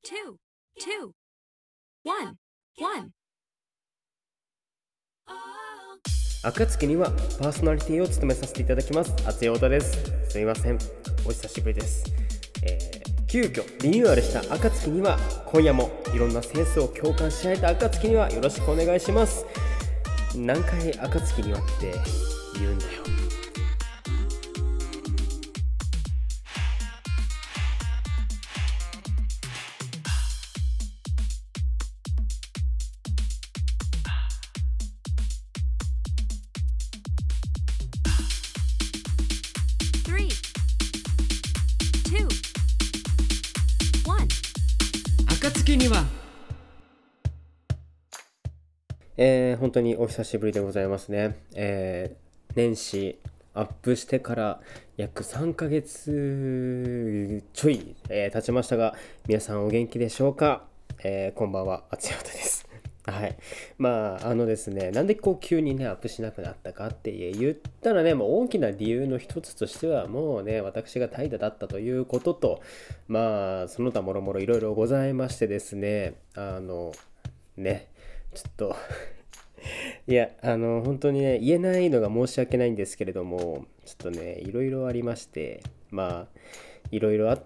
two, two, one, one. 暁にはパーソナリティを務めさせていただきます厚代太田です。すみません、お久しぶりです。急遽リニューアルした暁には今夜もいろんなセンスを共感し合えた暁にはよろしくお願いします。何回暁にはって言うんだよ。 Three, two, one. 暁には本当にお久しぶりでございますね。年始アップしてから約3ヶ月ちょい、経ちましたが、皆さんお元気でしょうか。こんばんは、厚代太田です。はい。ですね、なんで急にねアップしなくなったかって言ったらね、もう大きな理由の一つとしてはもうね、私が怠惰だったということと、その他もろもろいろいろございましてですね、ちょっといや、本当にね、言えないのが申し訳ないんですけれども、ちょっとね、いろいろありまして、いろいろあって、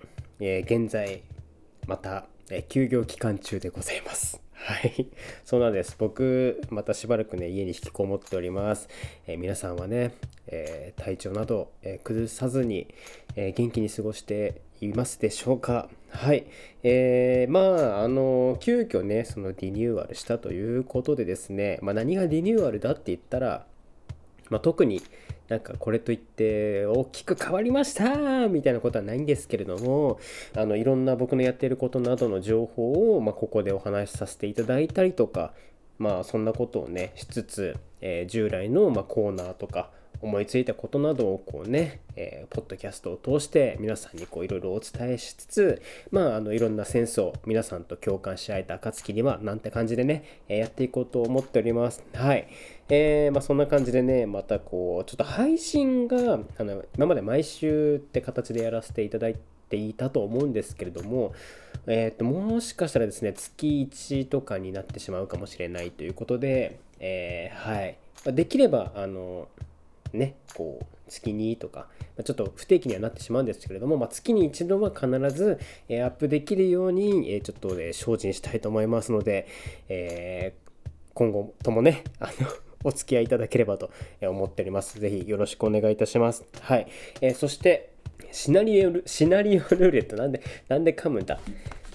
現在、また、休業期間中でございます。はい。そうなんです。僕、またしばらくね、家に引きこもっております。皆さんはね、体調など、崩さずに、元気に過ごしていますでしょうか。はい。急遽ね、そのリニューアルしたということでですね、何がリニューアルだって言ったら、特になんかこれといって大きく変わりましたみたいなことはないんですけれども、いろんな僕のやっていることなどの情報を、ここでお話しさせていただいたりとか、そんなことをねしつつ、従来の、コーナーとか思いついたことなどをポッドキャストを通して皆さんにいろいろお伝えしつつ、いろんなセンスを皆さんと共感し合えた暁にはなんて感じでね、やっていこうと思っております。はい。そんな感じでね、またちょっと配信が今まで毎週って形でやらせていただいていたと思うんですけれども、もしかしたらですね、月1とかになってしまうかもしれないということで、はい。できれば月にとか、ちょっと不定期にはなってしまうんですけれども、月に一度は必ず、アップできるように、ちょっと、精進したいと思いますので、今後ともねお付き合いいただければと思っております。ぜひよろしくお願いいたします。はい。そしてシナリオルーレット、なんで噛むんだ。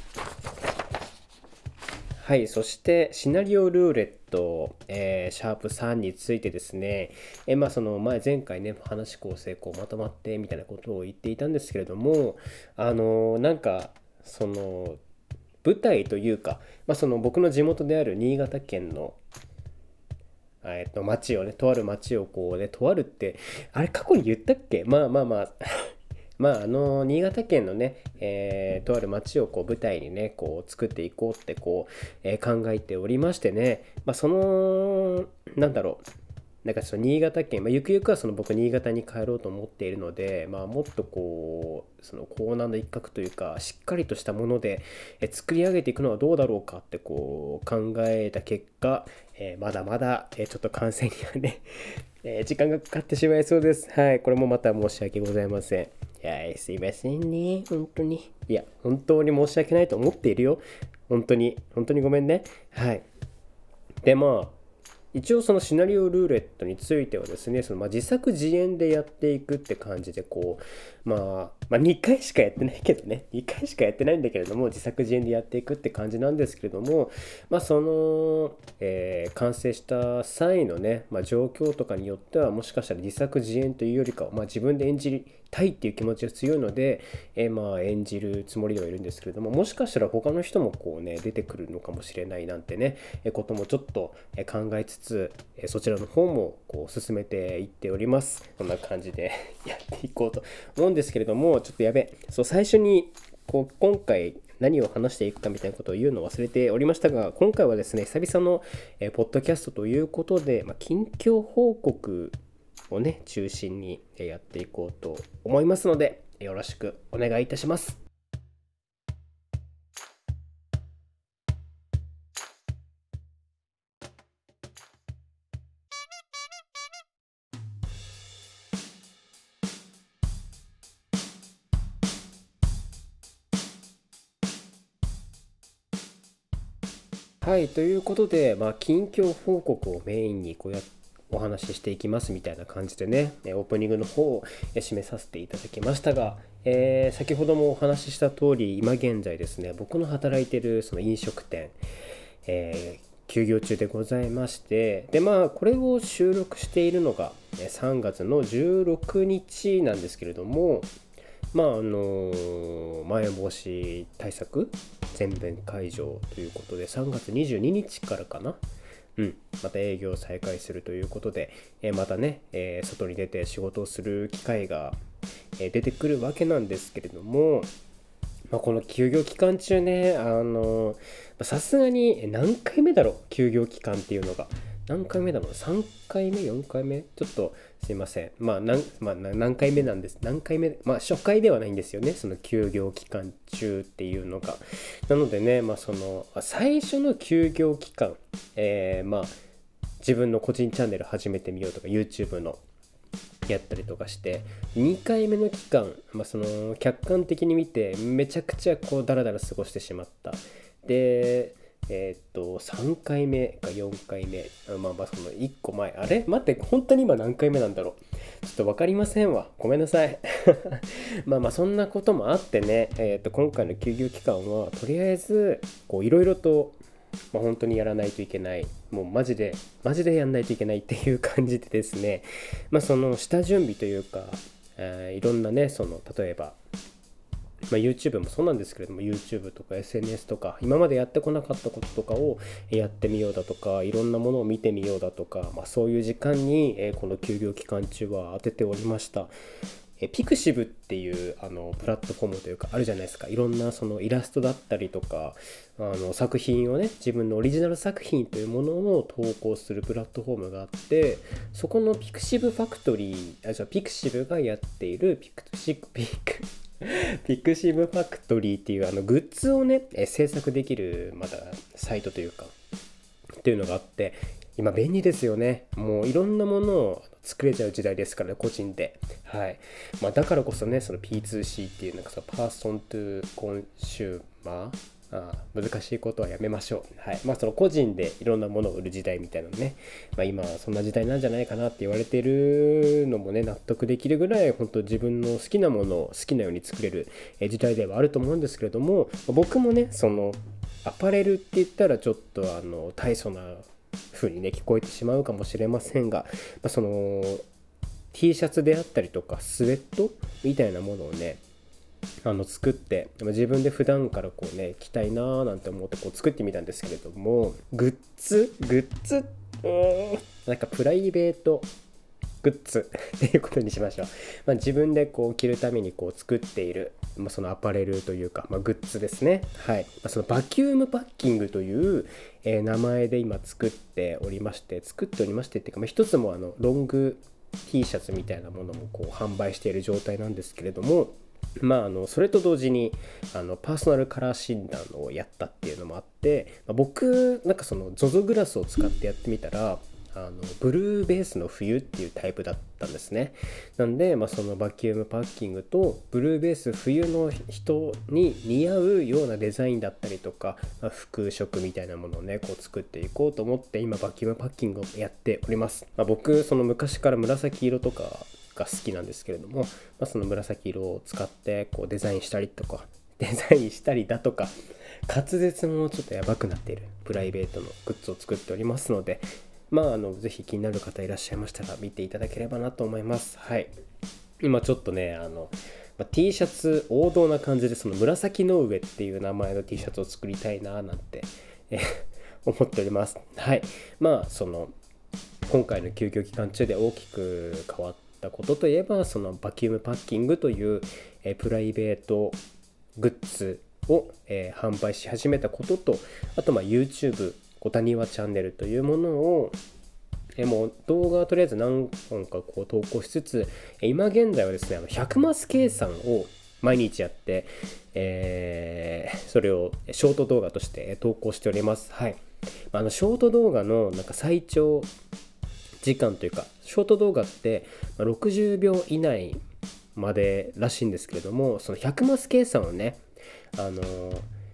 はい。そしてシナリオルーレット、シャープ3についてですね、前回ね話構成まとまってみたいなことを言っていたんですけれども、その舞台というか、その僕の地元である新潟県の町をね、とある町をとあるって、あれ過去に言ったっけ。新潟県のね、とある町を舞台にね作っていこうって考えておりましてね、そのその新潟県、ゆくゆくはその僕新潟に帰ろうと思っているので、もっとそのコーナーの一角というかしっかりとしたもので、作り上げていくのはどうだろうかって考えた結果、まだまだ、ちょっと完成にはね時間がかかってしまいそうです。はい。これもまた申し訳ございません。すいませんね。本当に。いや、本当に申し訳ないと思っているよ。本当にごめんね。はい。で、一応そのシナリオルーレットについてはですね、自作自演でやっていくって感じで2回しかやってないけどね、2回しかやってないんだけれども、自作自演でやっていくって感じなんですけれども、その、完成した際のね、状況とかによってはもしかしたら自作自演というよりかは、自分で演じたいっていう気持ちが強いので、演じるつもりではいるんですけれども、もしかしたら他の人も出てくるのかもしれないなんてね、こともちょっと考えつつ、そちらの方も進めていっております。こんな感じでやっていこうと思うんですけれども、ちょっと最初に今回何を話していくかみたいなことを言うのを忘れておりましたが、今回はですね、久々のポッドキャストということで、近況報告をね中心にやっていこうと思いますので、よろしくお願いいたします。 はい、ということで、近況報告をメインにお話ししていきますみたいな感じでね、オープニングの方を締めさせていただきましたが、先ほどもお話しした通り、今現在ですね、僕の働いているその飲食店、休業中でございまして、でこれを収録しているのが3月の16日なんですけれども、まん延防止対策全面解除ということで、3月22日からかな、また営業を再開するということで、またね、外に出て仕事をする機会が出てくるわけなんですけれども、この休業期間中ね、さすがに何回目だろう、休業期間っていうのが何回目だろう、3回目4回目、ちょっとすいません、何回目なんです、何回目、初回ではないんですよね、その休業期間中っていうのが。なのでね、その最初の休業期間、自分の個人チャンネル始めてみようとか YouTube のやったりとかして、2回目の期間、その客観的に見てめちゃくちゃダラダラ過ごしてしまった。で3回目か4回目、その1個前、あれ待って、本当に今何回目なんだろう、ちょっと分かりませんわ、ごめんなさいそんなこともあってね、今回の休業期間はとりあえずいろいろと本当にやらないといけない、もうマジでやんないといけないっていう感じでですね、その下準備というか、いろんなね、例えば、YouTube もそうなんですけれども、 YouTube とか SNS とか今までやってこなかったこととかをやってみようだとか、いろんなものを見てみようだとか、そういう時間に、この休業期間中は当てておりました。ピクシブっていうプラットフォームというかあるじゃないですか。いろんなそのイラストだったりとか作品をね、自分のオリジナル作品というものを投稿するプラットフォームがあって、そこのピクシブファクトリー、ピクシブがやっているピクシブファクトリーっていうグッズをね制作できるサイトというかっていうのがあって、今便利ですよね。もういろんなものを作れちゃう時代ですからね、個人で。はい。だからこそね、その P2C っていうパーソントゥコンシューマー、難しいことはやめましょう。はい。その個人でいろんなものを売る時代みたいなのね。今はそんな時代なんじゃないかなって言われてるのもね、納得できるぐらい、本当自分の好きなものを好きなように作れる時代ではあると思うんですけれども、僕もね、そのアパレルって言ったらちょっと大層な風にね聞こえてしまうかもしれませんが、その T シャツであったりとかスウェットみたいなものをね作って、自分で普段から着たいなーなんて思って作ってみたんですけれども、グッズプライベートグッズっていうことにしましょう。自分で着るために作っている、そのアパレルというか、グッズですね。はい。そのバキュームパッキングという、名前で今作っておりましてっていうか、一つもロング T シャツみたいなものも販売している状態なんですけれども、それと同時にパーソナルカラー診断をやったっていうのもあって、僕その ZOZO グラスを使ってやってみたら、ブルーベースの冬っていうタイプだったんですね。なんで、そのバキュームパッキングとブルーベース冬の人に似合うようなデザインだったりとか、服飾みたいなものをね作っていこうと思って今バキュームパッキングをやっております。僕その昔から紫色とかが好きなんですけれども、その紫色を使ってデザインしたりだとか滑舌もちょっとやばくなっているプライベートのグッズを作っておりますので、ぜひ気になる方いらっしゃいましたら見ていただければなと思います。はい。今ちょっとねT シャツ王道な感じで、その紫の上っていう名前の T シャツを作りたいななんて思っております。はい。その今回の休業期間中で大きく変わったことといえば、そのバキュームパッキングという、プライベートグッズを、販売し始めたことと、あとYouTube小谷はチャンネルというものをもう動画はとりあえず何本か投稿しつつ、今現在はですね100マス計算を毎日やって、それをショート動画として投稿しております。はい。ショート動画の最長時間というか、ショート動画って60秒以内までらしいんですけれども、その100マス計算をね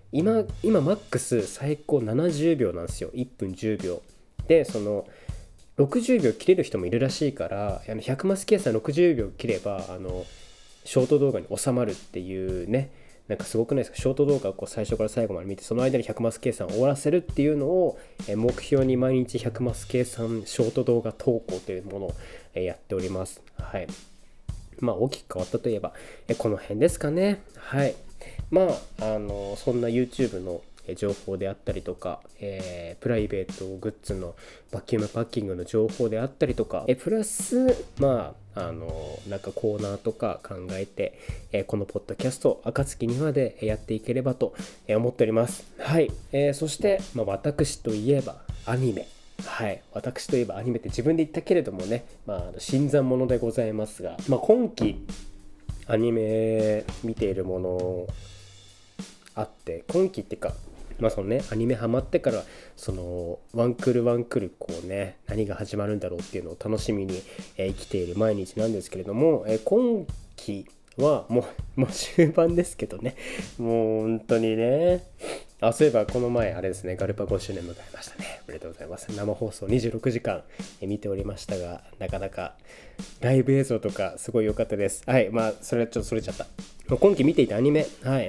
今マックス最高70秒なんですよ。1分10秒で、その60秒切れる人もいるらしいから、100マス計算60秒切ればショート動画に収まるっていうね、なんかすごくないですか。ショート動画をこう最初から最後まで見て、その間に100マス計算を終わらせるっていうのを目標に、毎日100マス計算ショート動画投稿というものをやっております。はい。まあ大きく変わったといえばこの辺ですかね。はい。まあそんな YouTube の情報であったりとか、プライベートグッズのバキュームパッキングの情報であったりとか、プラスまあなんかコーナーとか考えて、このポッドキャスト暁にはでやっていければと思っております。はい。そして、私といえばアニメ。はい、私といえばアニメって自分で言ったけれどもね、新参者でございますが、今期アニメ見ているものあって、今期っていうか、そのね、アニメハマってからそのワンクールワンクールこうね、何が始まるんだろうっていうのを楽しみに生きている毎日なんですけれども、今期はもう終盤ですけどね、もう本当にね、そういえばこの前あれですね、ガルパ5周年迎えましたね。おめでとうございます。生放送26時間見ておりましたが、なかなかライブ映像とかすごい良かったです。はい、それはちょっとそれちゃった。今期見ていたアニメ、はい、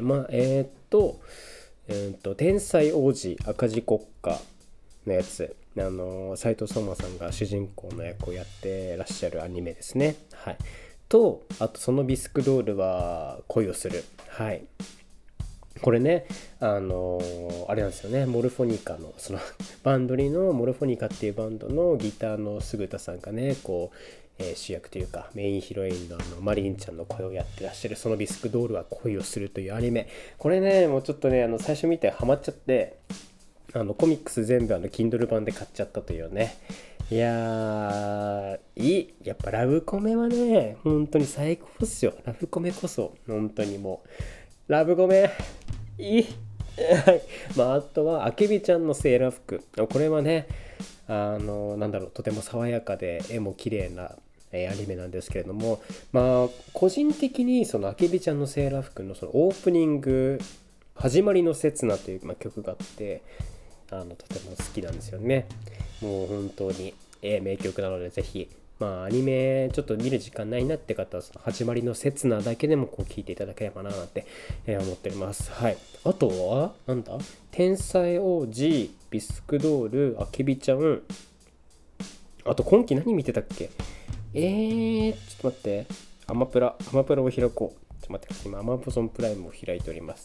天才王子赤字国家のやつ、斉藤壮馬さんが主人公の役をやってらっしゃるアニメですね。はい。と、あとそのビスクドールは恋をする。はい。これね、あれなんですよね、モルフォニカのそのバンドリのモルフォニカっていうバンドのギターの菅田さんがね、こう、主役というかメインヒロインのマリンちゃんの声をやってらっしゃるそのビスクドールは恋をするというアニメ。これね、もうちょっとね、最初見てハマっちゃって、コミックス全部Kindle 版で買っちゃったというね。いやー、やっぱラブコメはね、本当に最高っすよ。ラブコメこそ本当にもうラブコメいいはい。あとはあけびちゃんのセーラー服。これはね、とても爽やかで絵も綺麗なアニメなんですけれども、個人的にそのあけびちゃんのセーラー服のそのオープニング始まりの刹那という、曲があって、とても好きなんですよね。もう本当に名曲なので、ぜひアニメちょっと見る時間ないなって方は、その始まりの刹那だけでもこう聞いていただければなって思っております。はい。あとは天才王子、ビスクドール、あけびちゃん、あと今期何見てたっけ。ちょっと待って、アマプラを開こう。ちょっと待って、今アマゾンプライムを開いております。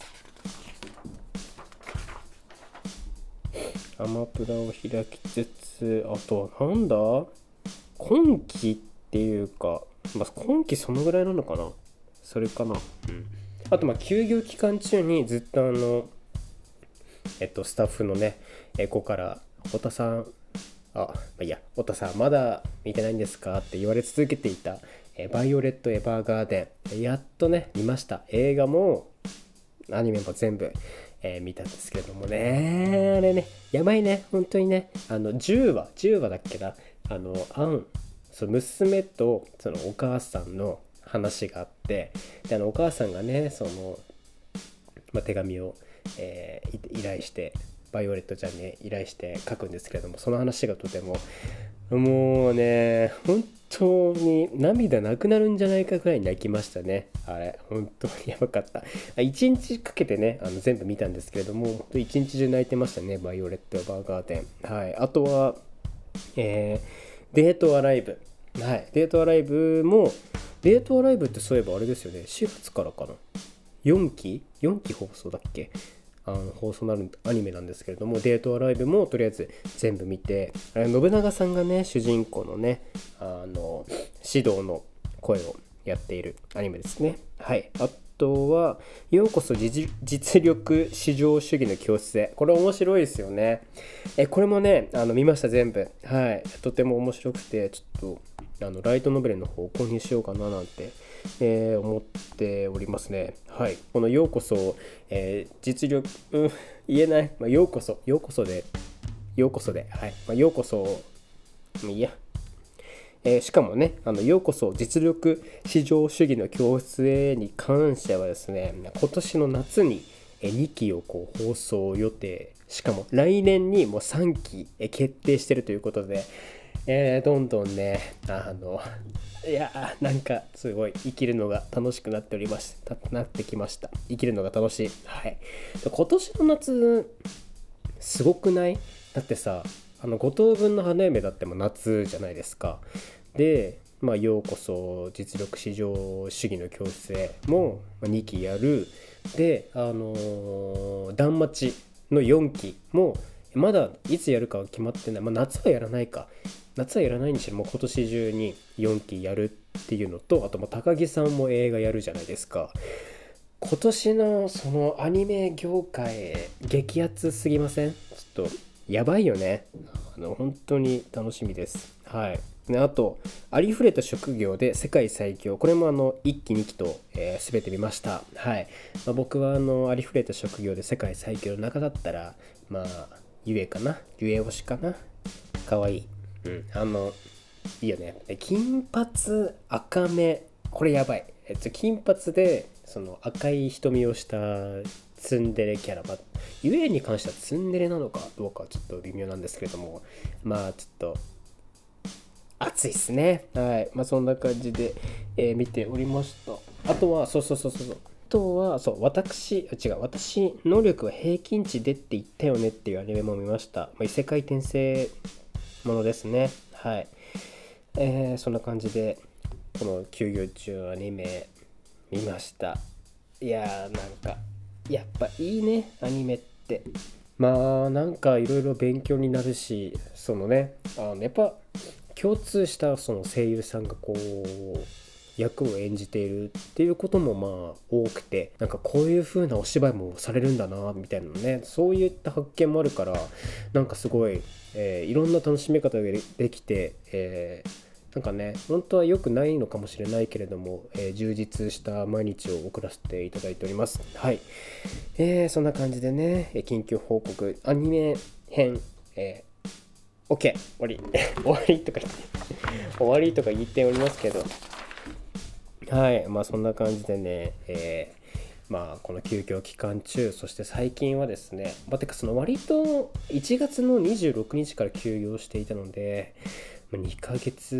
アマプラを開きつつ、あとは今期っていうか、今期そのぐらいなのかな、それかな。あと休業期間中にずっとスタッフのね子から太田さん太田さんまだ見てないんですかって言われ続けていたバイオレット・エヴァーガーデン、やっとね見ました。映画もアニメも全部見たんですけれどもね、あれねやばいね、本当にね。10話だっけな、その娘とそのお母さんの話があって、でお母さんがねその、手紙を、依頼してバイオレットちゃんに依頼して書くんですけれども、その話がとてももうね本当に涙なくなるんじゃないかぐらい泣きましたね。あれ本当にやばかった。1日かけてね全部見たんですけれども、1日中泣いてましたね、バイオレット・バーガーデン。はい。あとはデートアライブ。はい。デートアライブってそういえばあれですよね、4月からかな、4期放送だっけ、放送なるアニメなんですけれども、デートアライブもとりあえず全部見て、信長さんがね主人公のね指導の声をやっているアニメですね。はい。あとはようこそ実力至上主義の教室へ。これ面白いですよね。これもね見ました、全部。はい。とても面白くて、ちょっとライトノベルの方を購入しようかななんて、思っておりますね。はい。このようこそ、実力、言えない、ようこそで、はい。ようこそ、いや。しかもねようこそ実力至上主義の教室へに関してはですね、今年の夏に、 2期をこう放送予定、しかも来年にもう3期決定してるということで、どんどんねいやなんかすごい生きるのが楽しくなってきました。生きるのが楽しい。はい。今年の夏すごくない？だってさ、五等分の花嫁だっても夏じゃないですか。で、ようこそ実力至上主義の教室へも2期やる。で、断末の4期もまだいつやるかは決まってない。夏はやらないか。夏はやらないにしろもう今年中に4期やるっていうのと、あと高木さんも映画やるじゃないですか。今年のそのアニメ業界激アツすぎません？ちょっとやばいよね。本当に楽しみです。はい。あとありふれた職業で世界最強、これも1期2期と、全て見ました。はい。僕はありふれた職業で世界最強の中だったらゆえかな、ゆえ推しかな。かわいい。いいよね。金髪赤目、これやばい。金髪でその赤い瞳をしたツンデレキャラ、ゆえに関してはツンデレなのかどうかちょっと微妙なんですけれども、ちょっと熱いっすね。はい。そんな感じで、見ておりました。あとは私能力は平均値でって言ったよねっていうアニメも見ました。異世界転生ものですね。はい。そんな感じでこの休業中アニメ見ました。いやー、なんかやっぱいいね、アニメって。なんかいろいろ勉強になるし、そのね、やっぱ共通したその声優さんがこう役を演じているっていうことも多くて、なんかこういう風なお芝居もされるんだなみたいなね、そういった発見もあるから、なんかすごい、いろんな楽しみ方ができて、なんかね、本当は良くないのかもしれないけれども、充実した毎日を送らせていただいております。はい。そんな感じでね、近況報告アニメ編、OK 終わり終わりとか言って終わりとか言っておりますけど、はい、そんな感じでね、この休業期間中、そして最近はですね、てかその割と1月の26日から休業していたので、2ヶ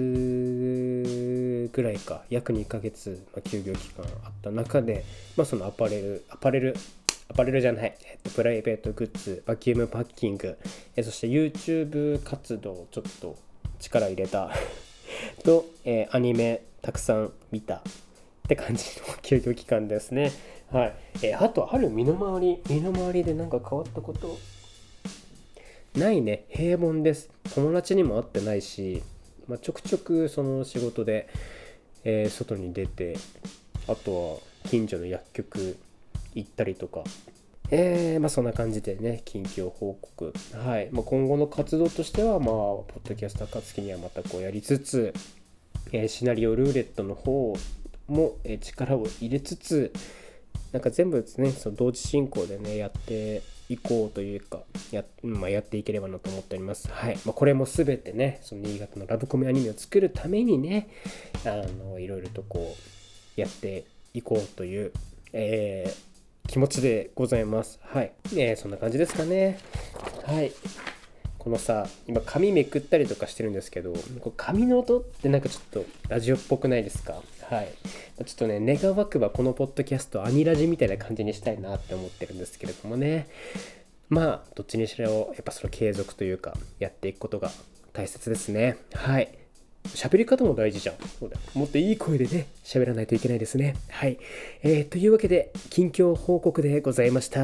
月ぐらいか、約2ヶ月、休業期間あった中で、そのアパレルじゃない、プライベートグッズ、バキュームパッキング、そして YouTube 活動をちょっと力入れたと、アニメたくさん見たって感じの休業期間ですね。はい。あとある身の回りでなんか変わったことないね。平凡です。友達にも会ってないし、ちょくちょくその仕事で、外に出て、あとは近所の薬局行ったりとか、そんな感じでね、近況報告。はい。今後の活動としては、ポッドキャスト暁にはまたこうやりつつ、シナリオルーレットの方も、力を入れつつ、なんか全部ですね、その同時進行でね、やっていこうというか、やっていければなと思っております。はい。これも全てね、その新潟のラブコメアニメを作るためにね、いろいろとこうやっていこうという、気持ちでございます。はい。そんな感じですかね。はい。このさ、今紙めくったりとかしてるんですけど、紙の音ってなんかちょっとラジオっぽくないですか？はい。ちょっとね、願わくばこのポッドキャストアニラジみたいな感じにしたいなって思ってるんですけれどもね。どっちにしろやっぱその継続というかやっていくことが大切ですね。はい。喋り方も大事じゃん。そうだ。もっといい声でね、喋らないといけないですね。はい。というわけで近況報告でございました。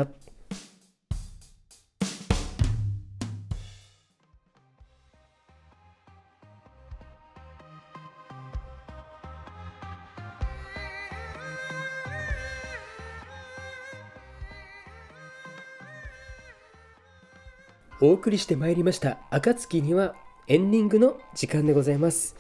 お送りしてまいりました暁にはエンディングの時間でございます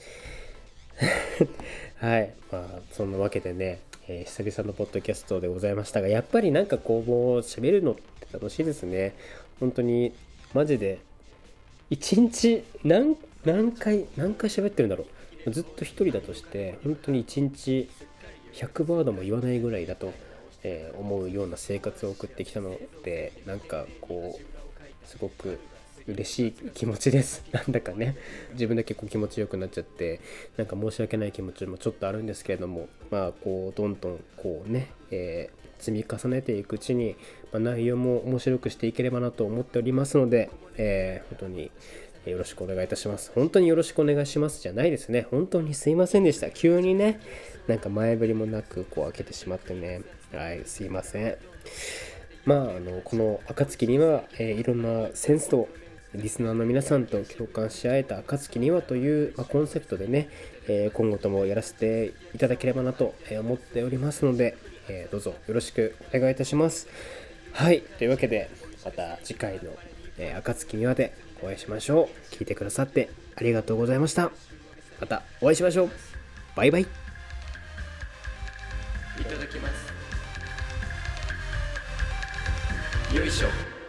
はい、そんなわけでね、久々のポッドキャストでございましたが、やっぱりなんかこうもう喋るのって楽しいですね。本当にマジで一日何回喋ってるんだろう。ずっと一人だとして本当に一日100ワードも言わないぐらいだと思うような生活を送ってきたので、なんかこうすごく嬉しい気持ちですなんだかね、自分だけこう気持ちよくなっちゃって、なんか申し訳ない気持ちもちょっとあるんですけれども、こうどんどんこうね、積み重ねていくうちに、内容も面白くしていければなと思っておりますので、本当によろしくお願いいたします。本当によろしくお願いしますじゃないですね。本当にすいませんでした。急にね、なんか前振りもなくこう開けてしまってね、はい、すいません。この暁には、いろんなセンスとリスナーの皆さんと共感し合えた暁にはという、コンセプトでね、今後ともやらせていただければなと思っておりますので、どうぞよろしくお願いいたします。はい、というわけでまた次回の、暁にはでお会いしましょう。聞いてくださってありがとうございました。またお会いしましょう。バイバイ。いただきます。よいしょ。